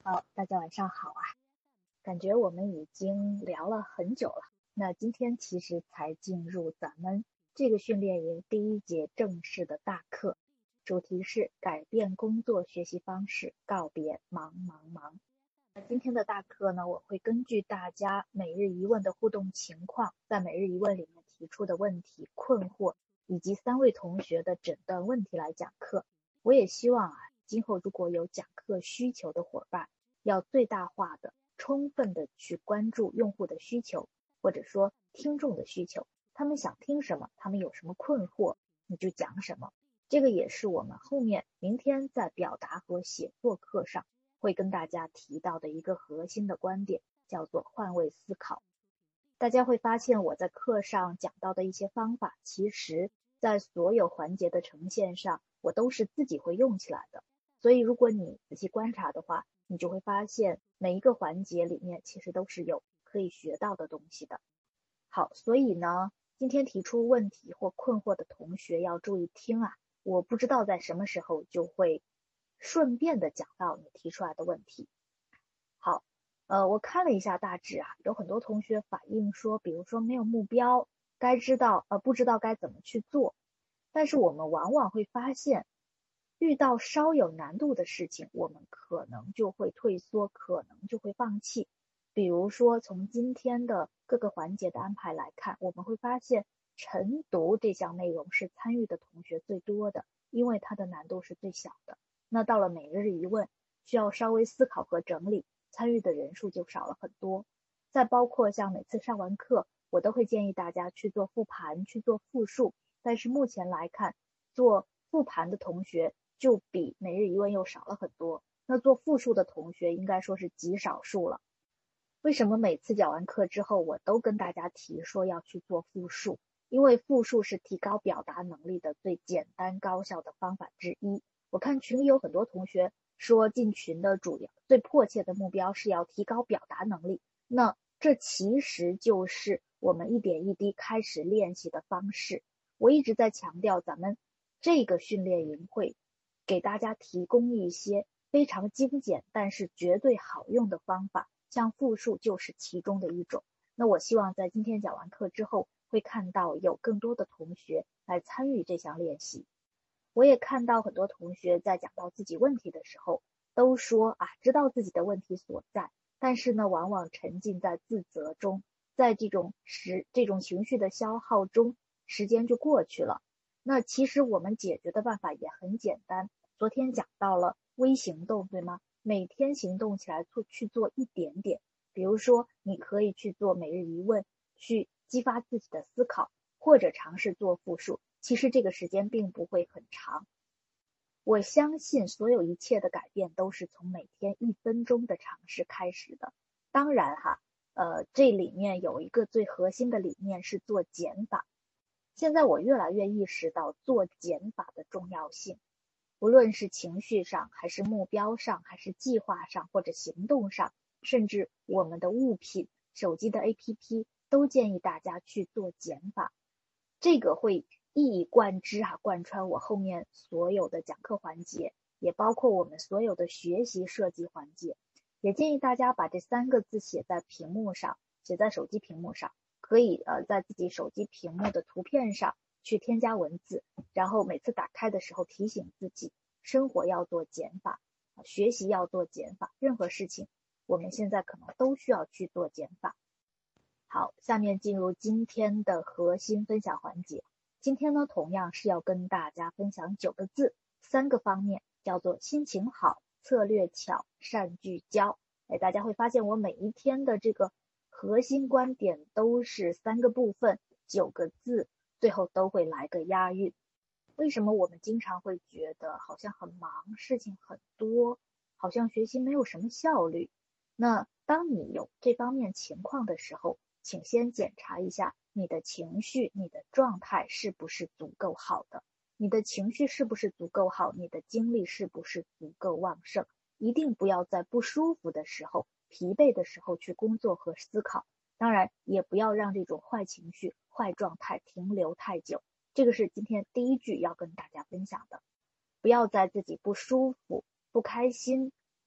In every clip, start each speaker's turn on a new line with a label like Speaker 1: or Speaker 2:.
Speaker 1: 好，大家晚上好啊！感觉我们已经聊了很久了，那今天其实才进入咱们这个训练营第一节正式的大课，主题是改变工作学习方式，告别忙。那今天的大课呢，我会根据大家每日一问的互动情况，在每日一问里面提出的问题、困惑，以及3位同学的诊断问题来讲课。我也希望今后如果有讲课需求的伙伴，要最大化的、充分的去关注用户的需求，或者说听众的需求，他们想听什么，他们有什么困惑，你就讲什么。这个也是我们后面明天在表达和写作课上会跟大家提到的一个核心的观点，叫做换位思考。大家会发现我在课上讲到的一些方法，其实在所有环节的呈现上，我都是自己会用起来的。所以如果你仔细观察的话，你就会发现每一个环节里面其实都是有可以学到的东西的。好，所以呢，今天提出问题或困惑的同学要注意听啊，我不知道在什么时候就会顺便的讲到你提出来的问题。好，我看了一下大致有很多同学反映说，比如说没有目标，不知道该怎么去做。但是我们往往会发现，遇到稍有难度的事情，我们可能就会退缩，可能就会放弃。比如说从今天的各个环节的安排来看，我们会发现晨读这项内容是参与的同学最多的，因为它的难度是最小的。那到了每日一问，需要稍微思考和整理，参与的人数就少了很多。再包括像每次上完课，我都会建议大家去做复盘，去做复述，但是目前来看，做复盘的同学就比每日一问又少了很多。那做复述的同学应该说是极少数了。为什么每次讲完课之后，我都跟大家提说要去做复述？因为复述是提高表达能力的最简单高效的方法之一。我看群里有很多同学说进群的最迫切的目标是要提高表达能力，那这其实就是我们一点一滴开始练习的方式。我一直在强调，咱们这个训练营会给大家提供一些非常精简但是绝对好用的方法，像复述就是其中的一种。那我希望在今天讲完课之后，会看到有更多的同学来参与这项练习。我也看到很多同学在讲到自己问题的时候，都说知道自己的问题所在，但是呢，往往沉浸在自责中，在这种情绪的消耗中，时间就过去了。那其实我们解决的办法也很简单，昨天讲到了微行动，对吗？每天行动起来去做一点点，比如说你可以去做每日一问，去激发自己的思考，或者尝试做复述，其实这个时间并不会很长。我相信所有一切的改变都是从每天1分钟的尝试开始的。当然这里面有一个最核心的理念是做减法。现在我越来越意识到做减法的重要性，无论是情绪上，还是目标上，还是计划上，或者行动上，甚至我们的物品、手机的 APP 都建议大家去做减法。这个会一以贯之贯穿我后面所有的讲课环节，也包括我们所有的学习设计环节。也建议大家把这3个字写在屏幕上，写在手机屏幕上，可以在自己手机屏幕的图片上去添加文字，然后每次打开的时候提醒自己，生活要做减法，学习要做减法，任何事情我们现在可能都需要去做减法。好，下面进入今天的核心分享环节。今天呢，同样是要跟大家分享9个字，3个方面，叫做心情好、策略巧、善聚焦。大家会发现我每一天的这个核心观点都是3个部分，9个字，最后都会来个押韵。为什么我们经常会觉得好像很忙，事情很多，好像学习没有什么效率？那当你有这方面情况的时候，请先检查一下你的情绪、你的状态是不是足够好的。你的情绪是不是足够好，你的精力是不是足够旺盛。一定不要在不舒服的时候、疲惫的时候去工作和思考。当然也不要让这种坏情绪、坏状态停留太久。这个是今天第一句要跟大家分享的。不要在自己不舒服、不开心、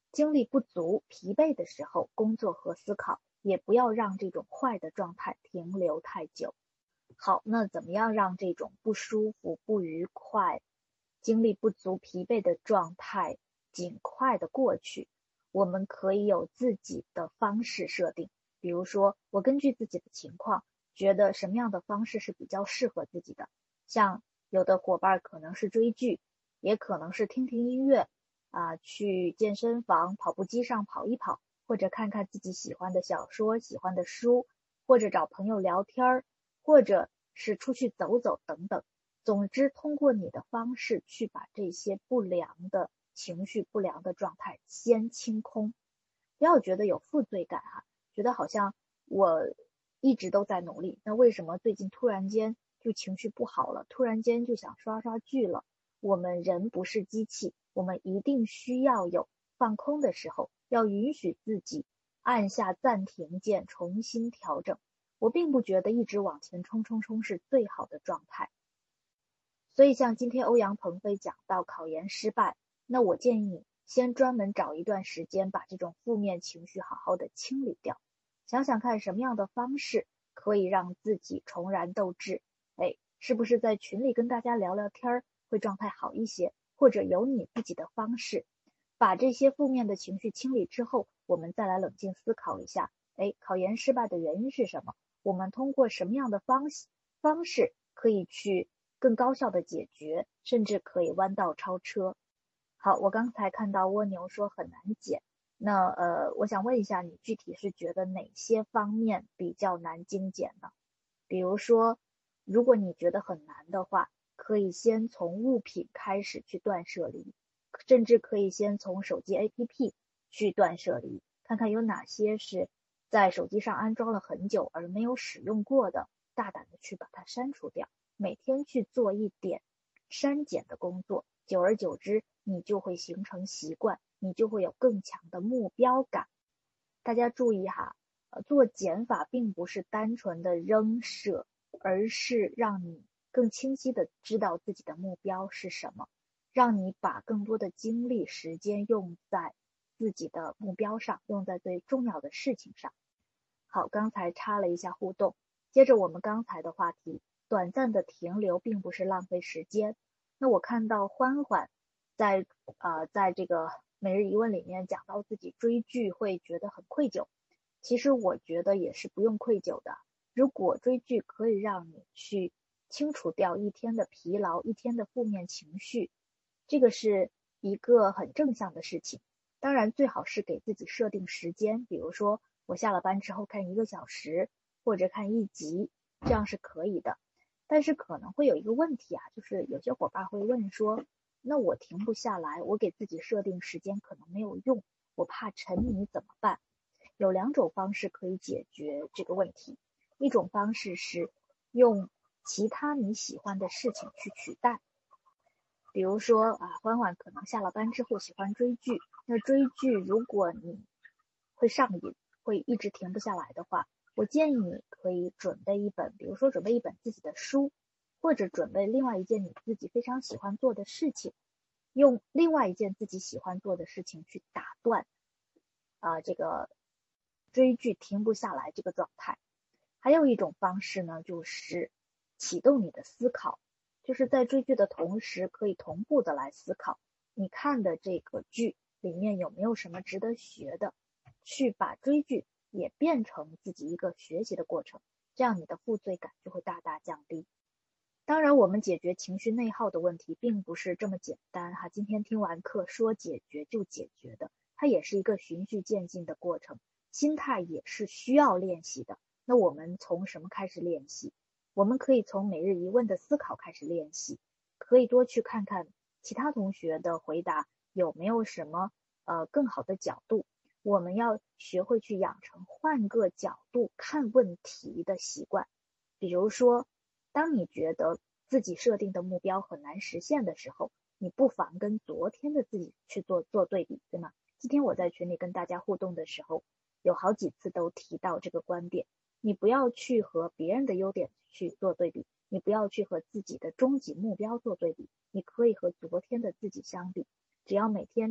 Speaker 1: 精力不足、疲惫的时候，工作和思考也不要让这种坏的状态停留太久。好，那怎么样让这种不舒服、不愉快、精力不足、疲惫的状态尽快的过去？我们可以有自己的方式设定，比如说，我根据自己的情况，觉得什么样的方式是比较适合自己的。像有的伙伴可能是追剧，也可能是听听音乐，去健身房跑步机上跑一跑，或者看看自己喜欢的小说、喜欢的书，或者找朋友聊天，或者是出去走走等等。总之，通过你的方式去把这些不良的情绪、不良的状态先清空。不要觉得有负罪感觉得好像我一直都在努力，那为什么最近突然间就情绪不好了，突然间就想刷刷剧了？我们人不是机器，我们一定需要有放空的时候，要允许自己按下暂停键，重新调整。我并不觉得一直往前冲冲冲是最好的状态。所以像今天欧阳鹏飞讲到考研失败，那我建议你先专门找一段时间把这种负面情绪好好的清理掉，想想看什么样的方式可以让自己重燃斗志。是不是在群里跟大家聊聊天会状态好一些，或者有你自己的方式。把这些负面的情绪清理之后，我们再来冷静思考一下，考研失败的原因是什么？我们通过什么样的方式可以去更高效的解决，甚至可以弯道超车。好，我刚才看到蜗牛说很难减，那我想问一下，你具体是觉得哪些方面比较难精简呢？比如说，如果你觉得很难的话，可以先从物品开始去断舍离，甚至可以先从手机 APP 去断舍离，看看有哪些是在手机上安装了很久而没有使用过的，大胆的去把它删除掉。每天去做一点删减的工作，久而久之，你就会形成习惯，你就会有更强的目标感。大家注意做减法并不是单纯的扔舍，而是让你更清晰的知道自己的目标是什么，让你把更多的精力、时间用在自己的目标上，用在最重要的事情上。好，刚才插了一下互动，接着我们刚才的话题，短暂的停留并不是浪费时间。那我看到欢欢在这个每日一问里面讲到自己追剧会觉得很愧疚，其实我觉得也是不用愧疚的。如果追剧可以让你去清除掉一天的疲劳、一天的负面情绪，这个是一个很正向的事情。当然最好是给自己设定时间，比如说我下了班之后看1个小时，或者看1集，这样是可以的。但是可能会有一个问题就是有些伙伴会问说，那我停不下来，我给自己设定时间可能没有用，我怕沉迷怎么办？有2种方式可以解决这个问题。一种方式是用其他你喜欢的事情去取代，比如说欢欢可能下了班之后喜欢追剧，那追剧如果你会上瘾，会一直停不下来的话，我建议你可以准备一本，比如说准备一本自己的书，或者准备另外一件你自己非常喜欢做的事情，用另外一件自己喜欢做的事情去打断这个追剧停不下来这个状态。还有一种方式呢，就是启动你的思考，就是在追剧的同时可以同步的来思考你看的这个剧里面有没有什么值得学的，去把追剧也变成自己一个学习的过程，这样你的负罪感就会大大降低。当然我们解决情绪内耗的问题并不是这么简单今天听完课说解决就解决的，它也是一个循序渐进的过程，心态也是需要练习的。那我们从什么开始练习？我们可以从每日一问的思考开始练习，可以多去看看其他同学的回答有没有什么更好的角度。我们要学会去养成换个角度看问题的习惯。比如说，当你觉得自己设定的目标很难实现的时候，你不妨跟昨天的自己去做对比，对吗？今天我在群里跟大家互动的时候，有好几次都提到这个观点。你不要去和别人的优点去做对比，你不要去和自己的终极目标做对比，你可以和昨天的自己相比，只要每天比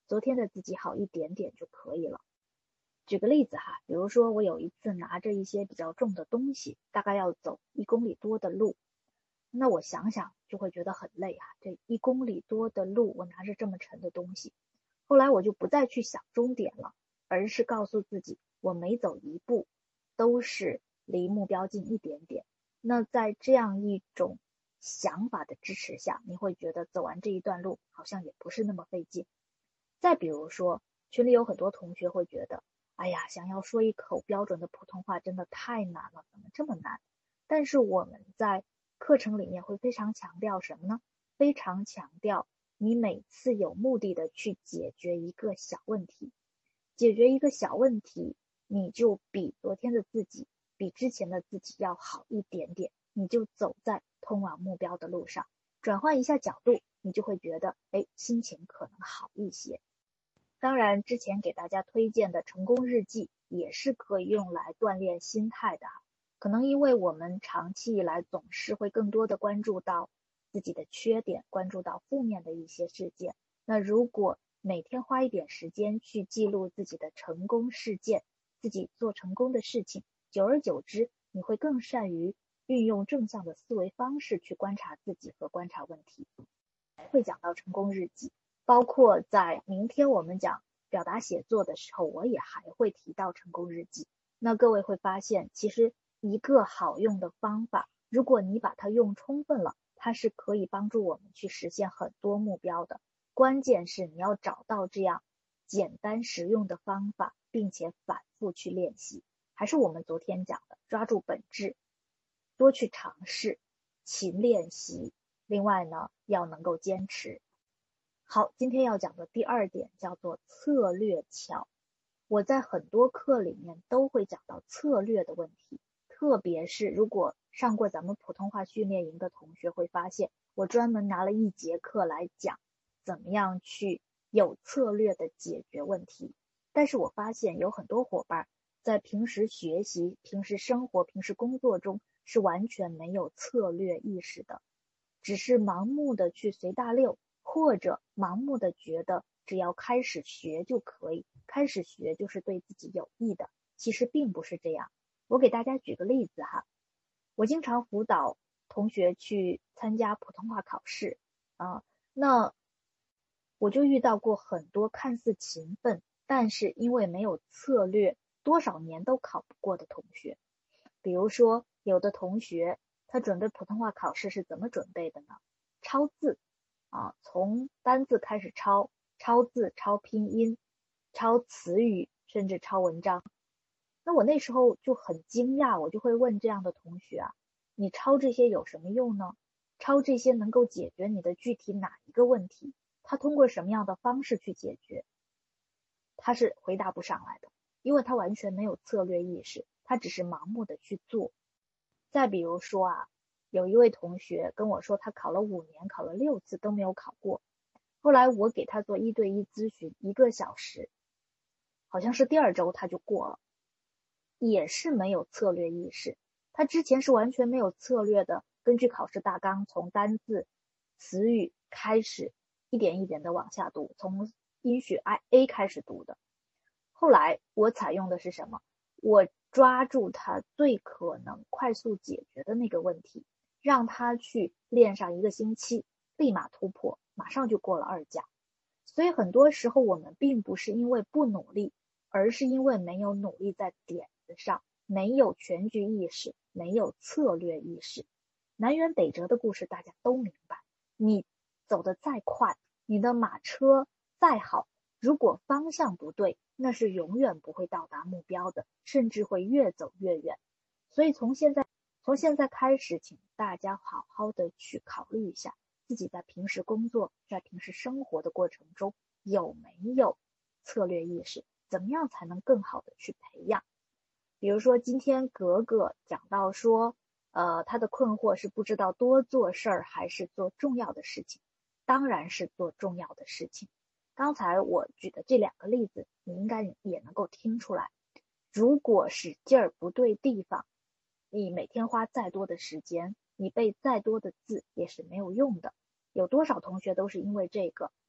Speaker 1: 昨天的自己好一点点就可以了。举个例子哈，比如说我有一次拿着一些比较重的东西，大概要走1公里多的路，那我想想就会觉得很累啊，这1公里多的路，我拿着这么沉的东西。后来我就不再去想终点了，而是告诉自己，我每走一步都是离目标近一点点。那在这样一种想法的支持下，你会觉得走完这一段路好像也不是那么费劲。再比如说，群里有很多同学会觉得，哎呀，想要说一口标准的普通话真的太难了，怎么这么难？但是我们在课程里面会非常强调什么呢？非常强调你每次有目的的去解决一个小问题，解决一个小问题，你就比昨天的自己，比之前的自己要好一点点，你就走在通往目标的路上。转换一下角度，你就会觉得，心情可能好一些。当然，之前给大家推荐的成功日记也是可以用来锻炼心态的。可能因为我们长期以来总是会更多的关注到自己的缺点，关注到负面的一些事件。那如果每天花一点时间去记录自己的成功事件，自己做成功的事情，久而久之，你会更善于运用正向的思维方式去观察自己和观察问题。会讲到成功日记，包括在明天我们讲表达写作的时候，我也还会提到成功日记。那各位会发现，其实一个好用的方法，如果你把它用充分了，它是可以帮助我们去实现很多目标的。关键是你要找到这样简单实用的方法，并且反复去练习。还是我们昨天讲的，抓住本质，多去尝试，勤练习。另外呢，要能够坚持。好，今天要讲的第2点叫做策略桥。我在很多课里面都会讲到策略的问题，特别是如果上过咱们普通话训练营的同学会发现，我专门拿了1节课来讲怎么样去有策略的解决问题。但是我发现有很多伙伴在平时学习、平时生活、平时工作中是完全没有策略意识的，只是盲目的去随大溜，或者盲目的觉得只要开始学就可以，开始学就是对自己有益的。其实并不是这样。我给大家举个例子哈，我经常辅导同学去参加普通话考试那我就遇到过很多看似勤奋，但是因为没有策略，多少年都考不过的同学。比如说，有的同学他准备普通话考试是怎么准备的呢？抄字从单字开始抄，抄字、抄拼音、抄词语，甚至抄文章。那我那时候就很惊讶，我就会问这样的同学你抄这些有什么用呢？抄这些能够解决你的具体哪一个问题？他通过什么样的方式去解决？他是回答不上来的，因为他完全没有策略意识，他只是盲目的去做。再比如说有一位同学跟我说，他考了5年，考了6次都没有考过。后来我给他做1对1咨询，1个小时，好像是第2周他就过了，也是没有策略意识。他之前是完全没有策略的，根据考试大纲从单字、词语开始，一点一点的往下读，从音学 A 开始读的。后来我采用的是什么？我抓住他最可能快速解决的那个问题，让他去练上1个星期，立马突破，马上就过了2甲。所以很多时候我们并不是因为不努力，而是因为没有努力在点子上，没有全局意识，没有策略意识。南辕北辙的故事大家都明白，你走得再快，你的马车再好，如果方向不对，那是永远不会到达目标的，甚至会越走越远。所以从现在开始，请大家好好的去考虑一下，自己在平时工作，在平时生活的过程中有没有策略意识，怎么样才能更好的去培养。比如说今天格格讲到说他的困惑是不知道多做事儿还是做重要的事情。当然是做重要的事情。刚才我举的这2个例子，你应该也能够听出来，如果使劲儿不对地方，你每天花再多的时间，你背再多的字也是没有用的。有多少同学都是因为这个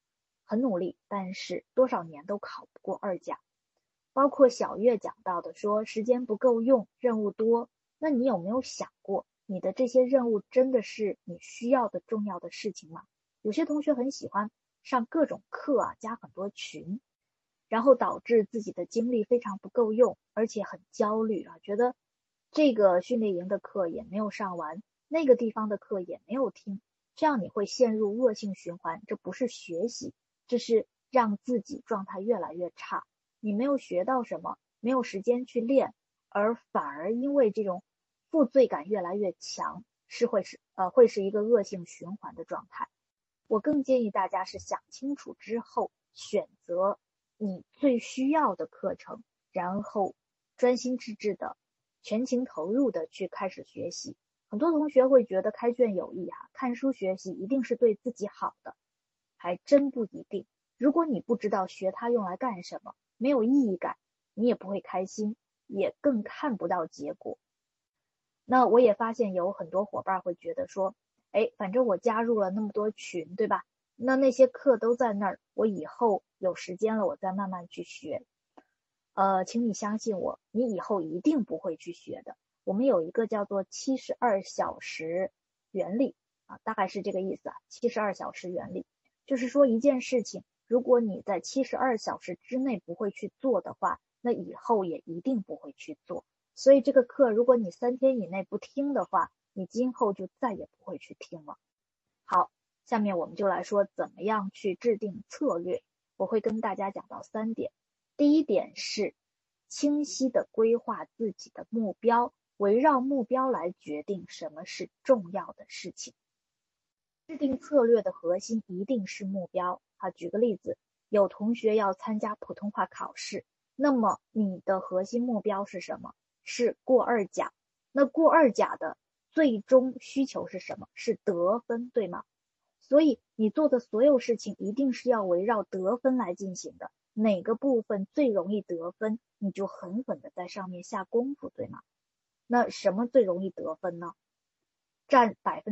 Speaker 1: 很努力，但是多少年都考不过2甲。包括小月讲到的说时间不够用，任务多，那你有没有想过，你的这些任务真的是你需要的重要的事情吗？有些同学很喜欢上各种课啊，加很多群，然后导致自己的精力非常不够用，而且很焦虑啊，觉得这个训练营的课也没有上完，那个地方的课也没有听，这样你会陷入恶性循环，这不是学习，这是让自己状态越来越差。你没有学到什么，没有时间去练，而反而因为这种负罪感越来越强，会是一个恶性循环的状态。我更建议大家是想清楚之后，选择你最需要的课程，然后专心致志的、全情投入的去开始学习。很多同学会觉得开卷有益看书学习一定是对自己好的，还真不一定。如果你不知道学它用来干什么，没有意义感，你也不会开心，也更看不到结果。那我也发现有很多伙伴会觉得说，反正我加入了那么多群，对吧？那些课都在那儿，我以后有时间了，我再慢慢去学。请你相信我，你以后一定不会去学的。我们有一个叫做72小时原理大概是这个意思72小时原理，就是说一件事情，如果你在72小时之内不会去做的话，那以后也一定不会去做。所以这个课，如果你3天以内不听的话，你今后就再也不会去听了。好，下面我们就来说怎么样去制定策略。我会跟大家讲到3点。第一点是清晰的规划自己的目标，围绕目标来决定什么是重要的事情。制定策略的核心一定是目标。举个例子，有同学要参加普通话考试，那么你的核心目标是什么？是过2甲。那过2甲的最终需求是什么？是得分，对吗？所以你做的所有事情一定是要围绕得分来进行的。哪个部分最容易得分，你就狠狠的在上面下功夫，对吗？那什么最容易得分呢？占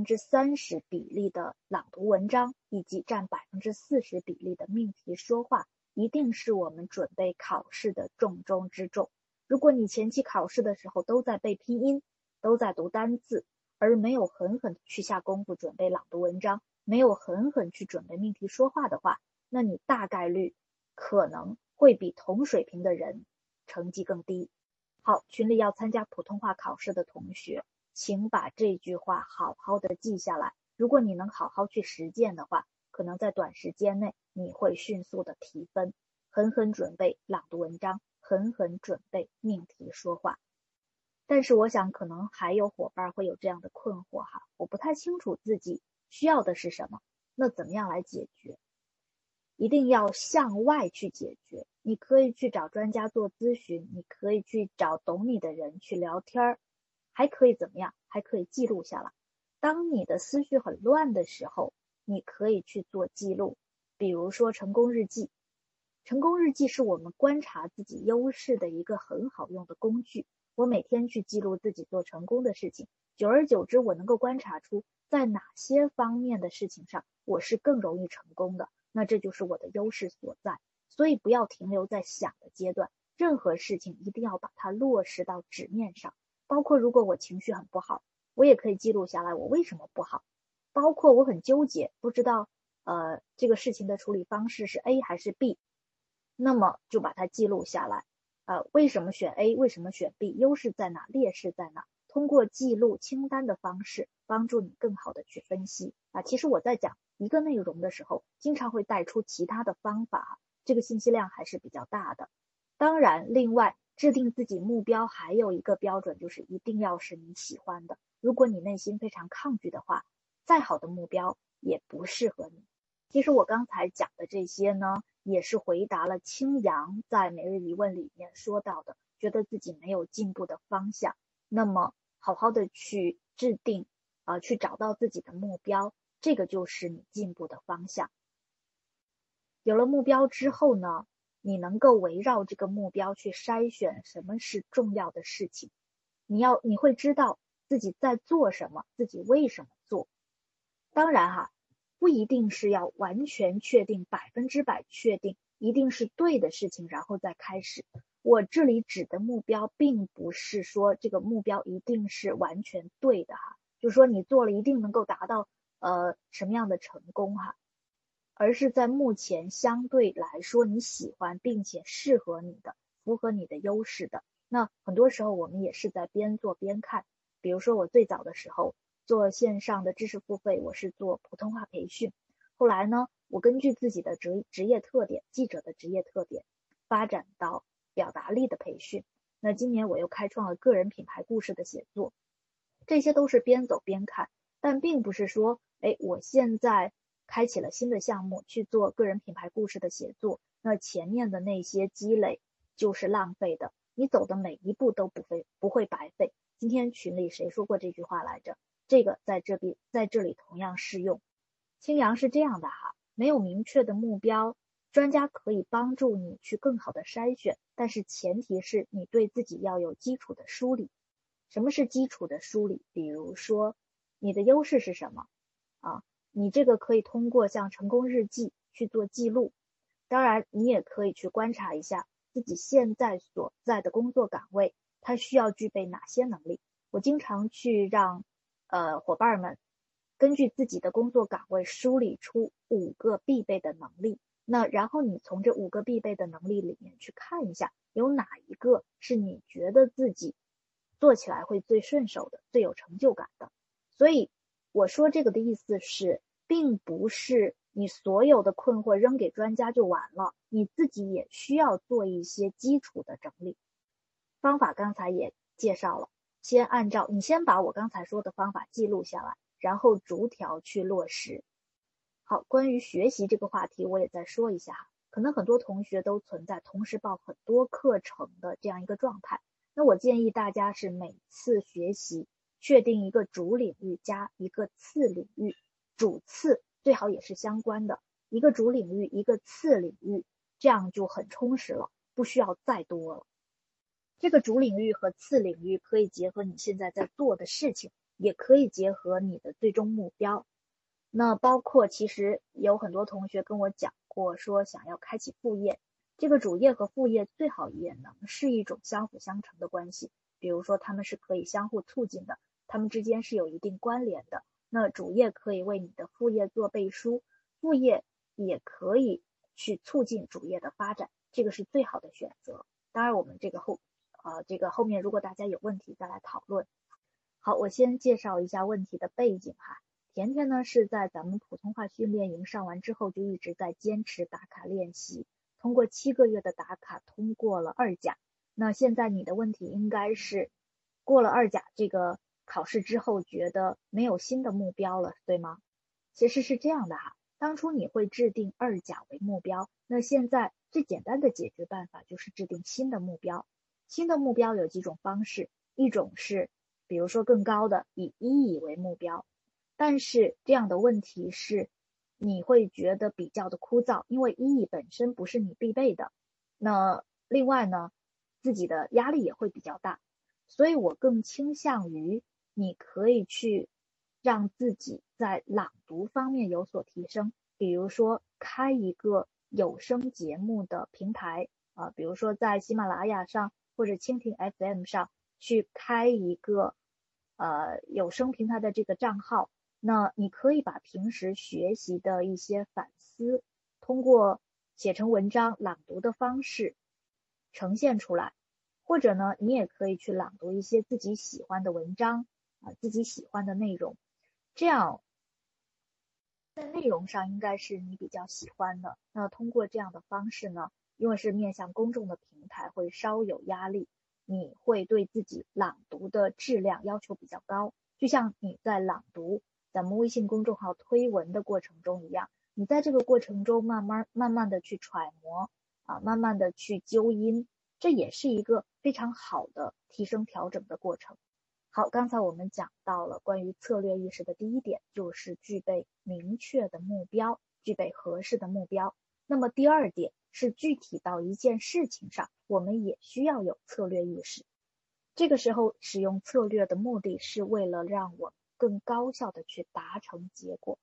Speaker 1: 30%比例的朗读文章，以及占40%比例的命题说话，一定是我们准备考试的重中之重。如果你前期考试的时候都在背拼音，都在读单字，而没有狠狠去下功夫准备朗读文章，没有狠狠去准备命题说话的话，那你大概率可能会比同水平的人成绩更低。好，群里要参加普通话考试的同学，请把这句话好好的记下来。如果你能好好去实践的话，可能在短时间内你会迅速的提分。狠狠准备朗读文章，狠狠准备命题说话。但是我想可能还有伙伴会有这样的困惑我不太清楚自己需要的是什么，那怎么样来解决？一定要向外去解决。你可以去找专家做咨询，你可以去找懂你的人去聊天，还可以怎么样？还可以记录下来。当你的思绪很乱的时候，你可以去做记录，比如说成功日记。成功日记是我们观察自己优势的一个很好用的工具。我每天去记录自己做成功的事情，久而久之，我能够观察出在哪些方面的事情上我是更容易成功的，那这就是我的优势所在。所以不要停留在想的阶段，任何事情一定要把它落实到纸面上。包括如果我情绪很不好，我也可以记录下来我为什么不好。包括我很纠结，不知道这个事情的处理方式是 A 还是 B， 那么就把它记录下来。为什么选 A， 为什么选 B， 优势在哪，劣势在哪？通过记录清单的方式，帮助你更好的去分析其实我在讲一个内容的时候，经常会带出其他的方法这个信息量还是比较大的。当然，另外制定自己目标还有一个标准，就是一定要是你喜欢的。如果你内心非常抗拒的话，再好的目标也不适合你。其实我刚才讲的这些呢，也是回答了青阳在每日一问里面说到的，觉得自己没有进步的方向。那么好好的去制定去找到自己的目标，这个就是你进步的方向。有了目标之后呢，你能够围绕这个目标去筛选什么是重要的事情，你会知道自己在做什么，自己为什么做。当然不一定是要完全确定100%确定一定是对的事情然后再开始。我这里指的目标并不是说这个目标一定是完全对的哈，就是说你做了一定能够达到什么样的成功哈，而是在目前相对来说你喜欢并且适合你的，符合你的优势的。那很多时候我们也是在边做边看，比如说我最早的时候做线上的知识付费，我是做普通话培训，后来呢我根据自己的职业特点，记者的职业特点，发展到表达力的培训。那今年我又开创了个人品牌故事的写作，这些都是边走边看，但并不是说我现在开启了新的项目去做个人品牌故事的写作，那前面的那些积累就是浪费的，你走的每一步都不会白费。今天群里谁说过这句话来着？这个在这里同样适用。青阳是这样的哈，没有明确的目标，专家可以帮助你去更好的筛选，但是前提是你对自己要有基础的梳理。什么是基础的梳理？比如说你的优势是什么啊？你这个可以通过像成功日记去做记录，当然你也可以去观察一下自己现在所在的工作岗位，它需要具备哪些能力。我经常去让伙伴们根据自己的工作岗位梳理出5个必备的能力，那然后你从这5个必备的能力里面去看一下，有哪一个是你觉得自己做起来会最顺手的，最有成就感的。所以我说这个的意思是，并不是你所有的困惑扔给专家就完了，你自己也需要做一些基础的整理。方法刚才也介绍了，你先把我刚才说的方法记录下来，然后逐条去落实。好，关于学习这个话题我也再说一下，可能很多同学都存在同时报很多课程的这样一个状态，那我建议大家是每次学习确定一个主领域加一个次领域，主次最好也是相关的，一个主领域一个次领域，这样就很充实了，不需要再多了。这个主领域和次领域可以结合你现在在做的事情，也可以结合你的最终目标。那包括其实有很多同学跟我讲过，说想要开启副业，这个主业和副业最好也能是一种相辅相成的关系，比如说他们是可以相互促进的，他们之间是有一定关联的。那主业可以为你的副业做背书，副业也可以去促进主业的发展，这个是最好的选择。当然我们这个后面如果大家有问题再来讨论。好，我先介绍一下问题的背景哈。甜甜呢是在咱们普通话训练营上完之后就一直在坚持打卡练习，通过7个月的打卡通过了2甲。那现在你的问题应该是过了2甲这个考试之后觉得没有新的目标了，对吗？其实是这样的哈，当初你会制定2甲为目标，那现在最简单的解决办法就是制定新的目标。新的目标有几种方式，一种是比如说更高的以1乙为目标，但是这样的问题是你会觉得比较的枯燥，因为1乙本身不是你必备的，那另外呢自己的压力也会比较大，所以我更倾向于你可以去让自己在朗读方面有所提升，比如说开一个有声节目的平台比如说在喜马拉雅上或者蜻蜓 FM 上去开一个有声平台的这个账号，那你可以把平时学习的一些反思通过写成文章朗读的方式呈现出来，或者呢你也可以去朗读一些自己喜欢的文章自己喜欢的内容，这样在内容上应该是你比较喜欢的。那通过这样的方式呢，因为是面向公众的平台会稍有压力，你会对自己朗读的质量要求比较高，就像你在朗读咱们微信公众号推文的过程中一样，你在这个过程中慢慢的去揣摩慢慢的去纠音，这也是一个非常好的提升调整的过程。好，刚才我们讲到了关于策略意识的第1点，就是具备明确的目标，具备合适的目标。那么第2点是具体到一件事情上，我们也需要有策略意识。这个时候使用策略的目的是为了让我更高效的去达成结果。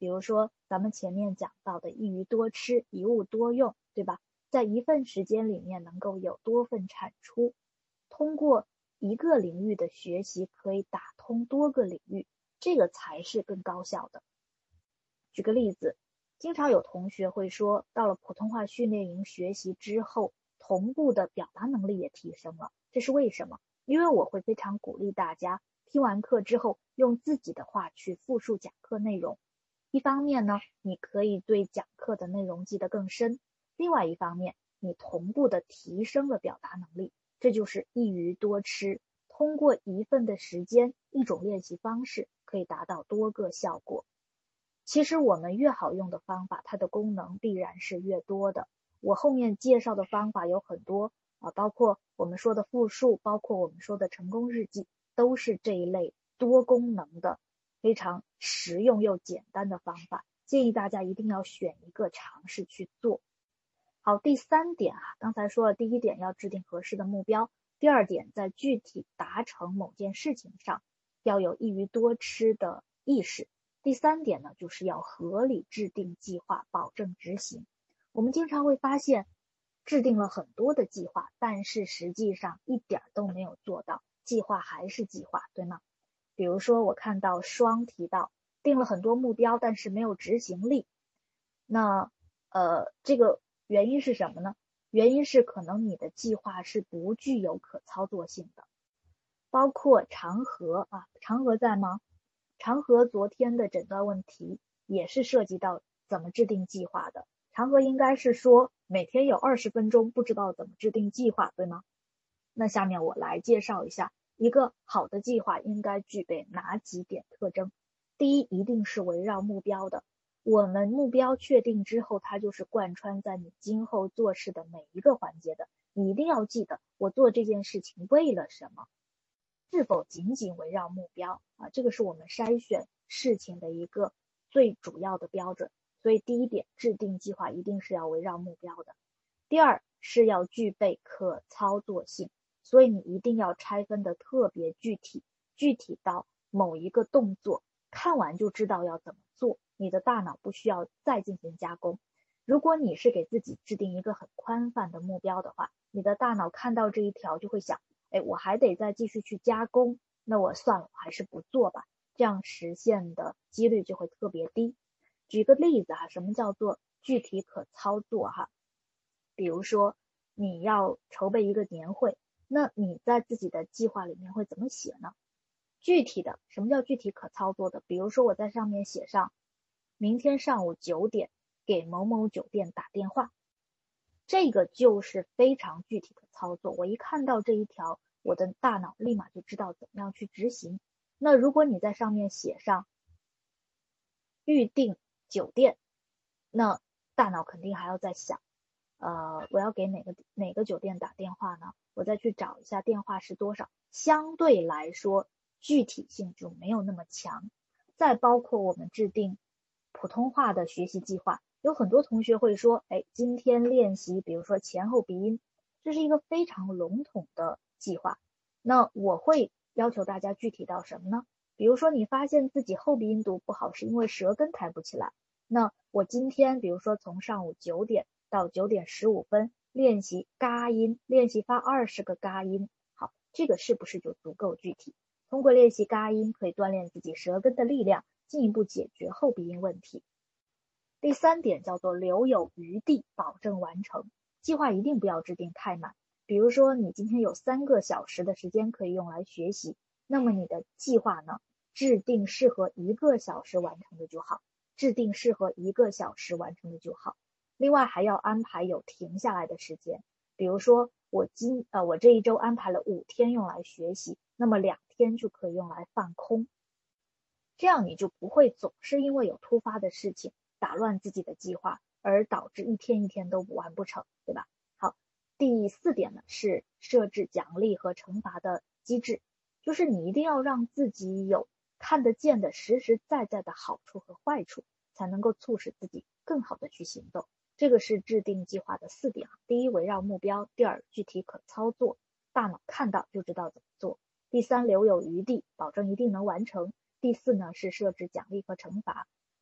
Speaker 1: 比如说咱们前面讲到的一鱼多吃，一物多用，对吧？在一份时间里面能够有多份产出，通过一个领域的学习可以打通多个领域，这个才是更高效的。举个例子，经常有同学会说，到了普通话训练营学习之后，同步的表达能力也提升了，这是为什么？因为我会非常鼓励大家听完课之后用自己的话去复述讲课内容。一方面呢，你可以对讲课的内容记得更深，另外一方面，你同步的提升了表达能力，这就是一鱼多吃，通过一份的时间，一种练习方式可以达到多个效果。其实我们越好用的方法，它的功能必然是越多的。我后面介绍的方法有很多包括我们说的复述，包括我们说的成功日记，都是这一类多功能的非常实用又简单的方法，建议大家一定要选一个尝试去做。好，第3点刚才说了，第1点要制定合适的目标，第2点在具体达成某件事情上要有一鱼多吃的意识，第3点呢，就是要合理制定计划，保证执行。我们经常会发现，制定了很多的计划，但是实际上一点都没有做到，计划还是计划，对吗？比如说我看到双提到定了很多目标，但是没有执行力，那这个原因是什么呢？原因是可能你的计划是不具有可操作性的。包括长河长河在吗？长河昨天的诊断问题也是涉及到怎么制定计划的。长河应该是说每天有20分钟不知道怎么制定计划，对吗？那下面我来介绍一下一个好的计划应该具备哪几点特征。第一，一定是围绕目标的。我们目标确定之后，它就是贯穿在你今后做事的每一个环节的。你一定要记得，我做这件事情为了什么？是否仅仅围绕目标这个是我们筛选事情的一个最主要的标准。所以第1点，制定计划一定是要围绕目标的。第2是要具备可操作性，所以你一定要拆分的特别具体，具体到某一个动作，看完就知道要怎么做，你的大脑不需要再进行加工。如果你是给自己制定一个很宽泛的目标的话，你的大脑看到这一条就会想，我还得再继续去加工，那我算了，我还是不做吧，这样实现的几率就会特别低。举个例子什么叫做具体可操作比如说你要筹备一个年会，那你在自己的计划里面会怎么写呢？具体的，什么叫具体可操作的？比如说我在上面写上明天上午9点给某某酒店打电话，这个就是非常具体的操作。我一看到这一条，我的大脑立马就知道怎么样去执行。那如果你在上面写上预订酒店，那大脑肯定还要再想我要给哪个酒店打电话呢？我再去找一下电话是多少，相对来说具体性就没有那么强。再包括我们制定普通话的学习计划，有很多同学会说今天练习比如说前后鼻音，这是一个非常笼统的计划。那我会要求大家具体到什么呢？比如说你发现自己后鼻音读不好是因为舌根抬不起来，那我今天比如说从上午9点到9点15分练习嘎音，练习发20个嘎音。好，这个是不是就足够具体？通过练习嘎音可以锻炼自己舌根的力量，进一步解决后鼻音问题。第3点叫做留有余地，保证完成。计划一定不要制定太满，比如说你今天有3个小时的时间可以用来学习，那么你的计划呢，制定适合1个小时完成的就好，制定适合1个小时完成的就好。另外还要安排有停下来的时间，比如说我这一周安排了5天用来学习，那么2天就可以用来放空，这样你就不会总是因为有突发的事情打乱自己的计划，而导致一天一天都完不成，对吧？好，第4点呢是设置奖励和惩罚的机制，就是你一定要让自己有看得见的实实在在的好处和坏处，才能够促使自己更好的去行动。这个是制定计划的4点第1，围绕目标；第2，具体可操作，大脑看到就知道怎么做；第3，留有余地，保证一定能完成；第4呢是设置奖励和惩罚。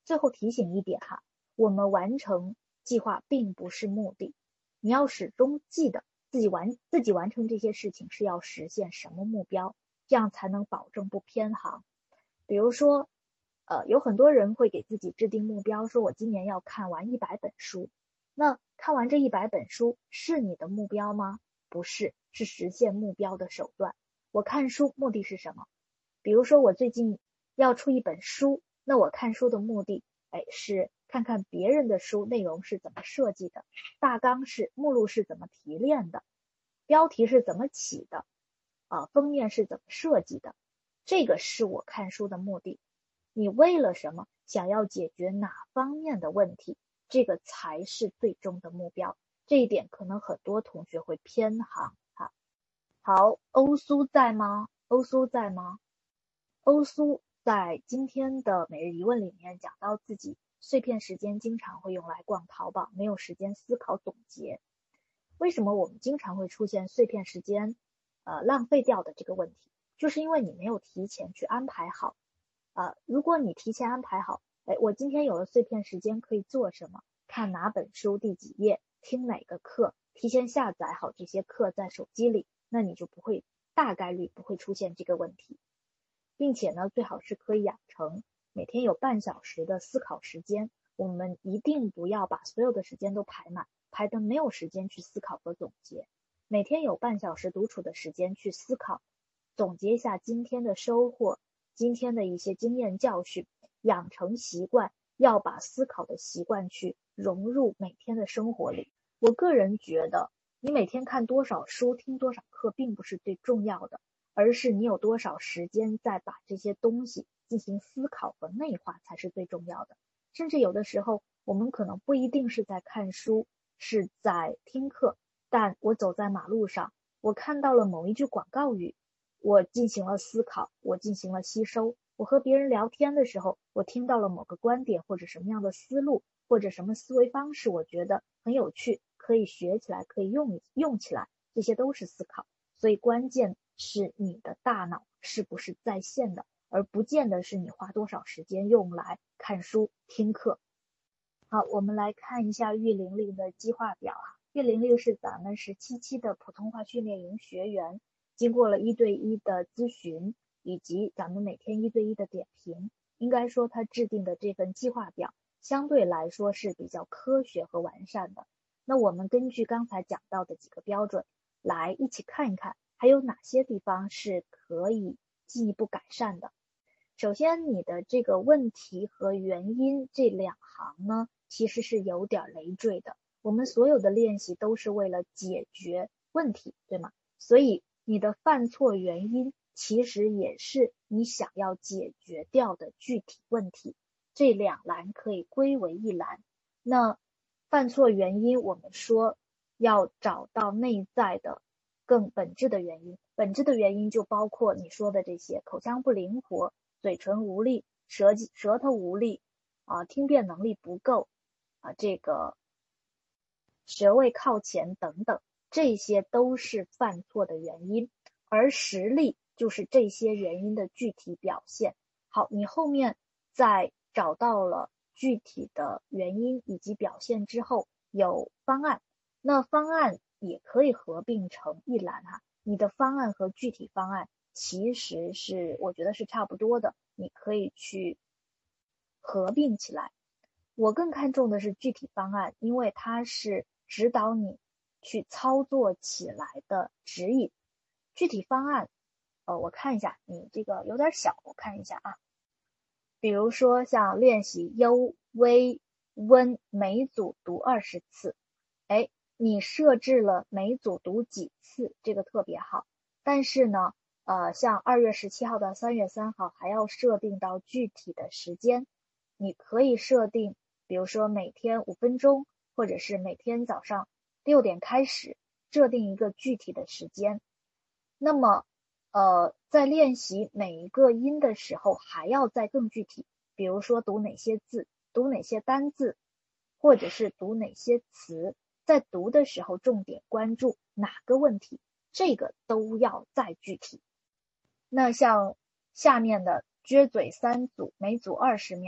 Speaker 1: 最后提醒一点哈，我们完成计划并不是目的，你要始终记得自己完成这些事情是要实现什么目标，这样才能保证不偏航。比如说有很多人会给自己制定目标，说我今年要看完100本书。那看完这100本书是你的目标吗？不是，是实现目标的手段。我看书目的是什么？比如说我最近要出一本书，那我看书的目的是看看别人的书内容是怎么设计的，大纲是目录是怎么提炼的，标题是怎么起的，封面是怎么设计的，这个是我看书的目的。你为了什么？想要解决哪方面的问题？这个才是最终的目标。这一点可能很多同学会偏航哈。好，欧苏在吗？欧苏在吗？欧苏在今天的每日一问里面讲到自己碎片时间经常会用来逛淘宝，没有时间思考总结。为什么我们经常会出现碎片时间浪费掉的这个问题？就是因为你没有提前去安排好。如果你提前安排好，我今天有了碎片时间可以做什么？看哪本书第几页，听哪个课，提前下载好这些课在手机里，那你就大概率不会出现这个问题。并且呢，最好是可以养成每天有半小时的思考时间。我们一定不要把所有的时间都排满，排得没有时间去思考和总结。每天有半小时独处的时间去思考，总结一下今天的收获，今天的一些经验教训，养成习惯，要把思考的习惯去融入每天的生活里。我个人觉得，你每天看多少书，听多少课，并不是最重要的，而是你有多少时间在把这些东西进行思考和内化才是最重要的。甚至有的时候，我们可能不一定是在看书，是在听课，但我走在马路上，我看到了某一句广告语，我进行了思考，我进行了吸收。我和别人聊天的时候，我听到了某个观点或者什么样的思路，或者什么思维方式，我觉得很有趣，可以学起来，可以用起来，这些都是思考。所以关键是你的大脑是不是在线的，而不见得是你花多少时间用来看书听课。好，我们来看一下玉玲玲的计划表啊。玉玲玲是咱们17期的普通话训练营学员，经过了1对1的咨询，以及咱们每天1对1的点评，应该说她制定的这份计划表相对来说是比较科学和完善的。那我们根据刚才讲到的几个标准来一起看一看，还有哪些地方是可以进一步改善的。首先，你的这个问题和原因这2行呢，其实是有点累赘的。我们所有的练习都是为了解决问题，对吗？所以你的犯错原因其实也是你想要解决掉的具体问题。这2栏可以归为1栏。那犯错原因，我们说要找到内在的更本质的原因。本质的原因就包括你说的这些：口腔不灵活，嘴唇无力，舌头无力，听辨能力不够，这个舌位靠前等等，这些都是犯错的原因，而实力就是这些原因的具体表现。好，你后面在找到了具体的原因以及表现之后，有方案，那方案也可以合并成1栏哈。你的方案和具体方案其实是我觉得是差不多的，你可以去合并起来。我更看重的是具体方案，因为它是指导你去操作起来的指引。具体方案我看一下，你这个有点小，我看一下啊。比如说像练习幽微温每组读20次，你设置了每组读几次，这个特别好。但是呢像2月17号到3月3号还要设定到具体的时间，你可以设定比如说每天5分钟，或者是每天早上6点开始，设定一个具体的时间。那么在练习每一个音的时候还要再更具体，比如说读哪些字，读哪些单字，或者是读哪些词，在读的时候重点关注哪个问题，这个都要再具体。那像下面的撅嘴3组，每组20秒，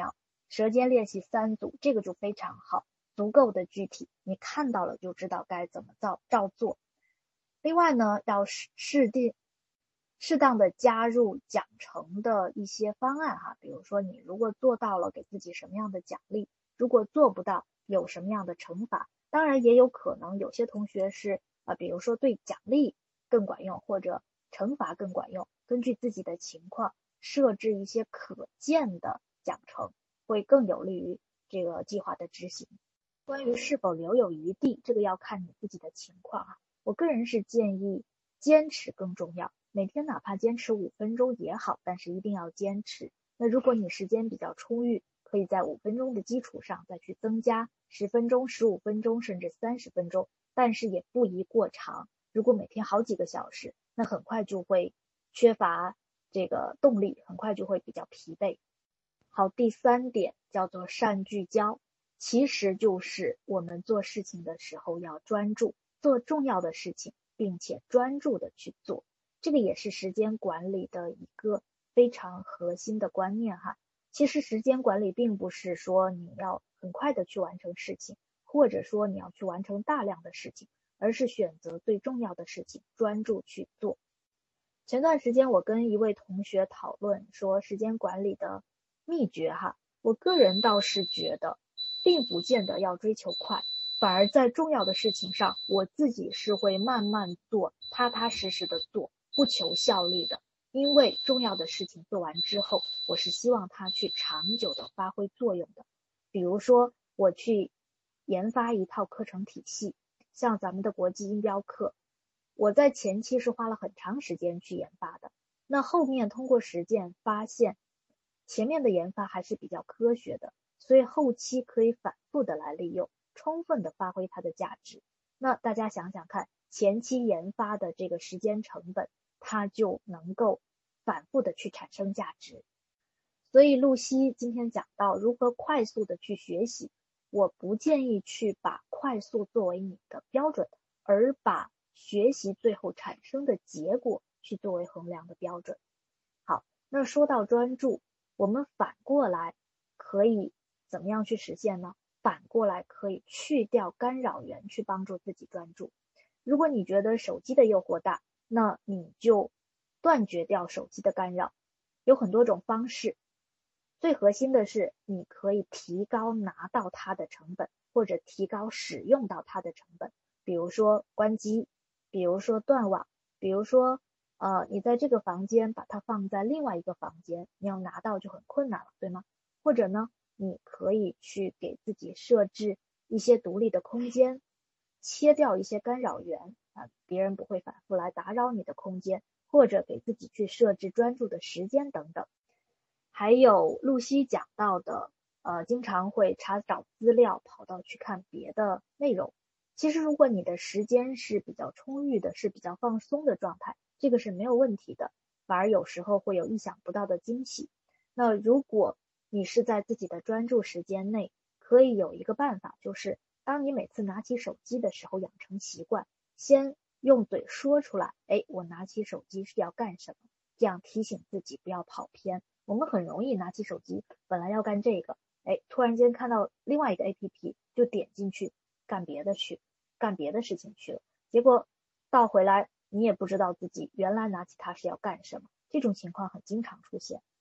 Speaker 1: 舌尖练习3组，这个就非常好，足够的具体，你看到了就知道该怎么照做。另外呢，要适当的加入奖惩的一些方案哈，比如说你如果做到了，给自己什么样的奖励，如果做不到，有什么样的惩罚。当然也有可能有些同学是比如说对奖励更管用，或者惩罚更管用，根据自己的情况设置一些可见的奖惩，会更有利于这个计划的执行。关于是否留有余地，这个要看你自己的情况哈。我个人是建议坚持更重要，每天哪怕坚持5分钟也好，但是一定要坚持。那如果你时间比较充裕，可以在5分钟的基础上再去增加10分钟、15分钟，甚至30分钟，但是也不宜过长。如果每天好几个小时，那很快就会缺乏这个动力，很快就会比较疲惫。好，第3点叫做善聚焦，其实就是我们做事情的时候要专注，做重要的事情，并且专注的去做。这个也是时间管理的一个非常核心的观念哈。其实时间管理并不是说你要很快的去完成事情，或者说你要去完成大量的事情，而是选择最重要的事情，专注去做。前段时间我跟一位同学讨论说时间管理的秘诀哈，我个人倒是觉得并不见得要追求快，反而在重要的事情上，我自己是会慢慢做，踏踏实实的做，不求效率的。因为重要的事情做完之后，我是希望它去长久的发挥作用的。比如说我去研发一套课程体系，像咱们的国际音标课，我在前期是花了很长时间去研发的，那后面通过实践发现前面的研发还是比较科学的，所以后期可以反复的来利用，充分的发挥它的价值。那大家想想看，前期研发的这个时间成本，它就能够反复的去产生价值。所以露西今天讲到如何快速的去学习，我不建议去把快速作为你的标准，而把学习最后产生的结果去作为衡量的标准。好，那说到专注，我们反过来可以怎么样去实现呢？反过来可以去掉干扰源，去帮助自己专注。如果你觉得手机的诱惑大，那你就断绝掉手机的干扰。有很多种方式，最核心的是你可以提高拿到它的成本，或者提高使用到它的成本。比如说关机，比如说断网，比如说你在这个房间把它放在另外一个房间，你要拿到就很困难了，对吗？或者呢，你可以去给自己设置一些独立的空间，切掉一些干扰源别人不会反复来打扰你的空间，或者给自己去设置专注的时间等等。还有露西讲到的经常会查找资料，跑到去看别的内容。其实如果你的时间是比较充裕的，是比较放松的状态，这个是没有问题的，反而有时候会有意想不到的惊喜。那如果你是在自己的专注时间内，可以有一个办法，就是当你每次拿起手机的时候，养成习惯，先用嘴说出来，我拿起手机是要干什么，这样提醒自己不要跑偏。我们很容易拿起手机，本来要干这个，突然间看到另外一个 APP 就点进去干别的事情去了，结果倒回来你也不知道自己原来拿起它是要干什么，这种情况很经常出现。